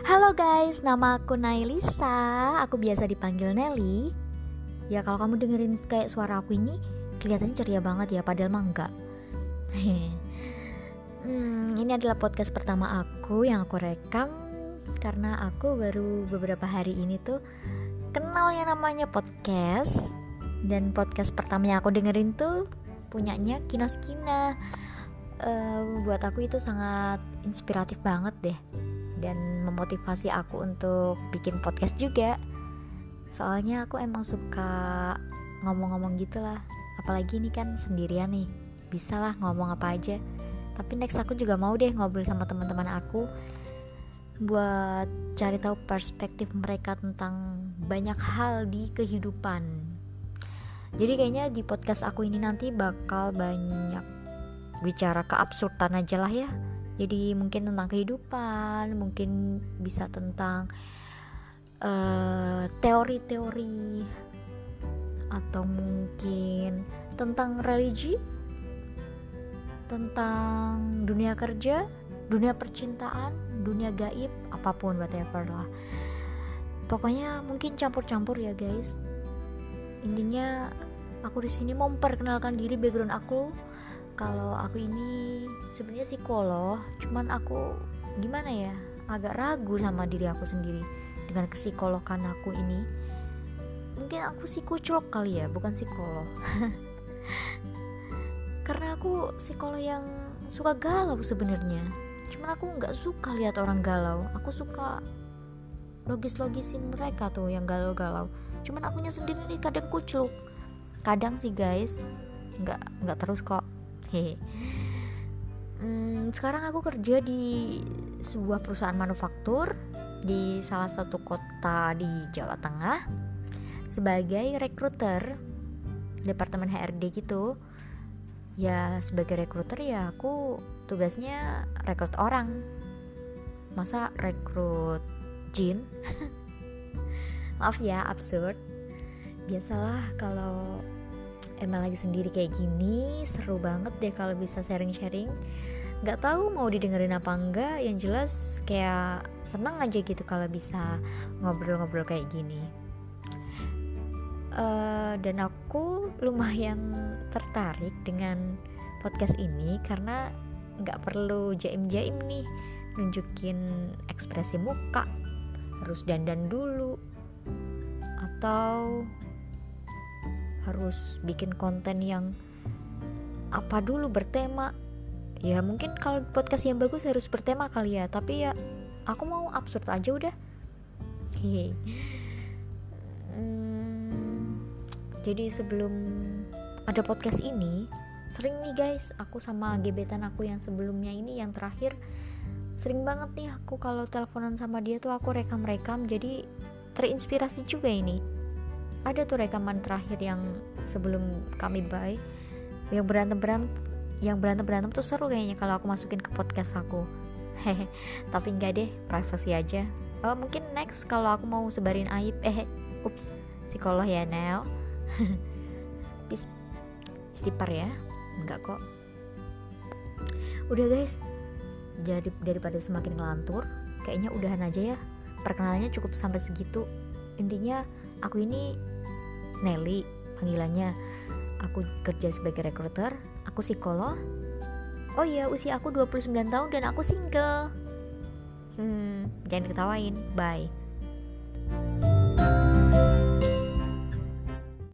Halo guys, nama aku Nailisa. Aku biasa dipanggil Nelly. Ya kalau kamu dengerin kayak suara aku ini kelihatannya ceria banget ya, padahal mah enggak. Ini adalah podcast pertama aku yang aku rekam karena aku baru beberapa hari ini tuh kenal yang namanya podcast. Dan podcast pertama yang aku dengerin tuh punyanya Kinoskina. Buat aku itu sangat inspiratif banget deh, dan memotivasi aku untuk bikin podcast juga. Soalnya aku emang suka ngomong-ngomong gitu lah. Apalagi ini kan sendirian nih, bisa lah ngomong apa aja. Tapi next aku juga mau deh ngobrol sama teman-teman aku buat cari tahu perspektif mereka tentang banyak hal di kehidupan. Jadi kayaknya di podcast aku ini nanti bakal banyak bicara keabsurdan aja lah ya. Jadi mungkin tentang kehidupan, mungkin bisa tentang teori-teori, atau mungkin tentang religi, tentang dunia kerja, dunia percintaan, dunia gaib, apapun, whatever lah. Pokoknya mungkin campur-campur ya guys. Intinya aku di sini mau memperkenalkan diri, background aku. Kalau aku ini sebenarnya psikolog, cuman aku gimana ya, agak ragu sama diri aku sendiri dengan psikologan aku ini. Mungkin aku psikocolog kali ya, bukan psikolog. Karena aku psikolog yang suka galau sebenarnya. Cuman aku nggak suka lihat orang galau. Aku suka logis-logisin mereka tuh yang galau-galau. Cuman akunya sendiri nih kadang kucluk. Kadang sih guys, nggak terus kok. Sekarang aku kerja di sebuah perusahaan manufaktur di salah satu kota di Jawa Tengah sebagai rekruter departemen HRD gitu. Ya sebagai rekruter ya aku tugasnya rekrut orang. Masa rekrut jin? Maaf ya, absurd. Biasalah kalau emang lagi sendiri kayak gini, seru banget deh kalau bisa sharing-sharing. Gak tahu mau didengerin apa enggak, yang jelas kayak senang aja gitu kalau bisa ngobrol-ngobrol kayak gini. Dan aku lumayan tertarik dengan podcast ini karena gak perlu jaim-jaim nih nunjukin ekspresi muka, harus dandan dulu, atau harus bikin konten yang apa dulu bertema. Ya mungkin kalau podcast yang bagus harus bertema kali ya, tapi ya aku mau absurd aja udah. Jadi sebelum ada podcast ini, sering nih guys, aku sama gebetan aku yang sebelumnya ini, yang terakhir, sering banget nih aku kalau teleponan sama dia tuh aku rekam-rekam. Jadi terinspirasi juga ini. Ada tuh rekaman terakhir yang sebelum kami bye, yang berantem tuh seru kayaknya kalau aku masukin ke podcast aku. Tapi enggak deh, privacy aja. Mungkin next kalau aku mau sebarin aib, psikolog ya Nel. Peace, istighfar ya. Enggak kok. Udah guys, jadi daripada semakin ngelantur, kayaknya udahan aja ya. Perkenalannya cukup sampai segitu. Intinya aku ini Nelly panggilannya. Aku kerja sebagai rekruter, aku psikolog. Oh iya, usia aku 29 tahun dan aku single. Jangan diketawain. Bye.